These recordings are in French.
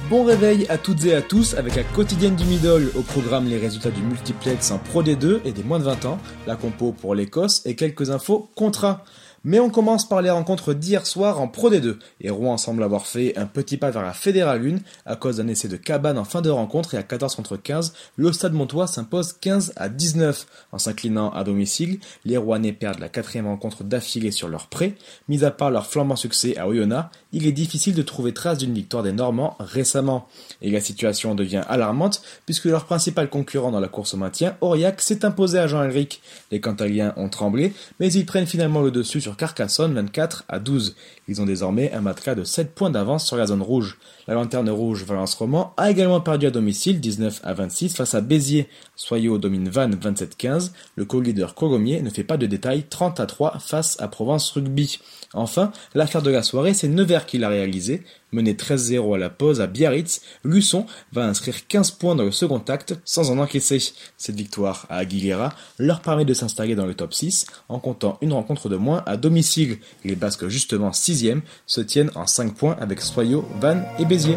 Bon réveil à toutes et à tous avec la quotidienne du middle, au programme les résultats du multiplex en Pro D2 et des moins de 20 ans, la compo pour l'Écosse et quelques infos contrats. Mais on commence par les rencontres d'hier soir en Pro D2, et Rouen semble avoir fait un petit pas vers la Fédérale 1 à cause d'un essai de Cabane en fin de rencontre et à 14 contre 15, le Stade Montois s'impose 15-19. En s'inclinant à domicile, les Rouennais perdent la 4e rencontre d'affilée sur leur pré. Mis à part leur flambant succès à Oyonnax, il est difficile de trouver trace d'une victoire des Normands récemment. Et la situation devient alarmante puisque leur principal concurrent dans la course au maintien, Aurillac, s'est imposé à Jean-Henrique. Les Cantaliens ont tremblé, mais ils prennent finalement le dessus sur Carcassonne 24-12. Ils ont désormais un matelas de 7 points d'avance sur la zone rouge. La lanterne rouge Valence Roman a également perdu à domicile 19-26 face à Béziers. Soyaux domine Vannes 27-15. Le co-leader Cogomiers ne fait pas de détails 30-3 face à Provence Rugby. Enfin, l'affaire de la soirée, c'est Nevers qui l'a réalisé. Mené 13-0 à la pause à Biarritz, Luçon va inscrire 15 points dans le second acte sans en encaisser. Cette victoire à Aguilera leur permet de s'installer dans le top 6 en comptant une rencontre de moins à domicile. Les Basques, justement 6e, se tiennent en 5 points avec Soyaux, Vannes et Béziers.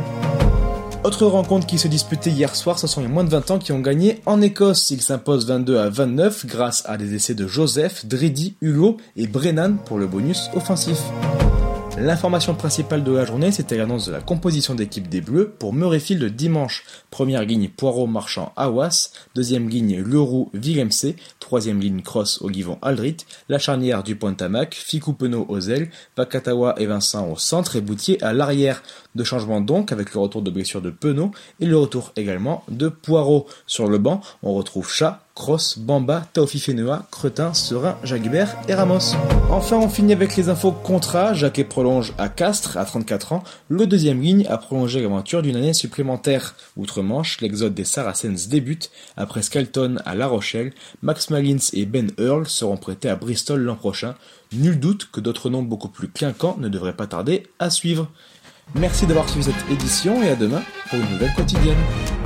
Autre rencontre qui se disputait hier soir, ce sont les moins de 20 ans qui ont gagné en Écosse. Ils s'imposent 22-29 grâce à des essais de Joseph, Dridi, Hugo et Brennan pour le bonus offensif. L'information principale de la journée, c'était l'annonce de la composition d'équipe des Bleus pour Murrayfield dimanche. Première ligne Poirot, Marchand, Awas. Deuxième ligne Leroux, Villemc. Troisième ligne Cross, Ogivon, Aldrit. La charnière du Pointe-à-Mac, Ficou, Penaud aux ailes. Vakatawa et Vincent au centre et Boutier à l'arrière. Deux changements donc avec le retour de blessure de Penaud et le retour également de Poirot. Sur le banc, on retrouve Chat, Cross, Bamba, Taofi Fenua, Cretin, Serin, Jacquebert et Ramos. Enfin, on finit avec les infos contrats. Jacquet prolonge à Castres à 34 ans. Le deuxième ligne a prolongé l'aventure d'une année supplémentaire. Outre-Manche, l'exode des Saracens débute. Après Skelton à La Rochelle, Max Malins et Ben Earl seront prêtés à Bristol l'an prochain. Nul doute que d'autres noms beaucoup plus clinquants ne devraient pas tarder à suivre. Merci d'avoir suivi cette édition et à demain pour une nouvelle quotidienne.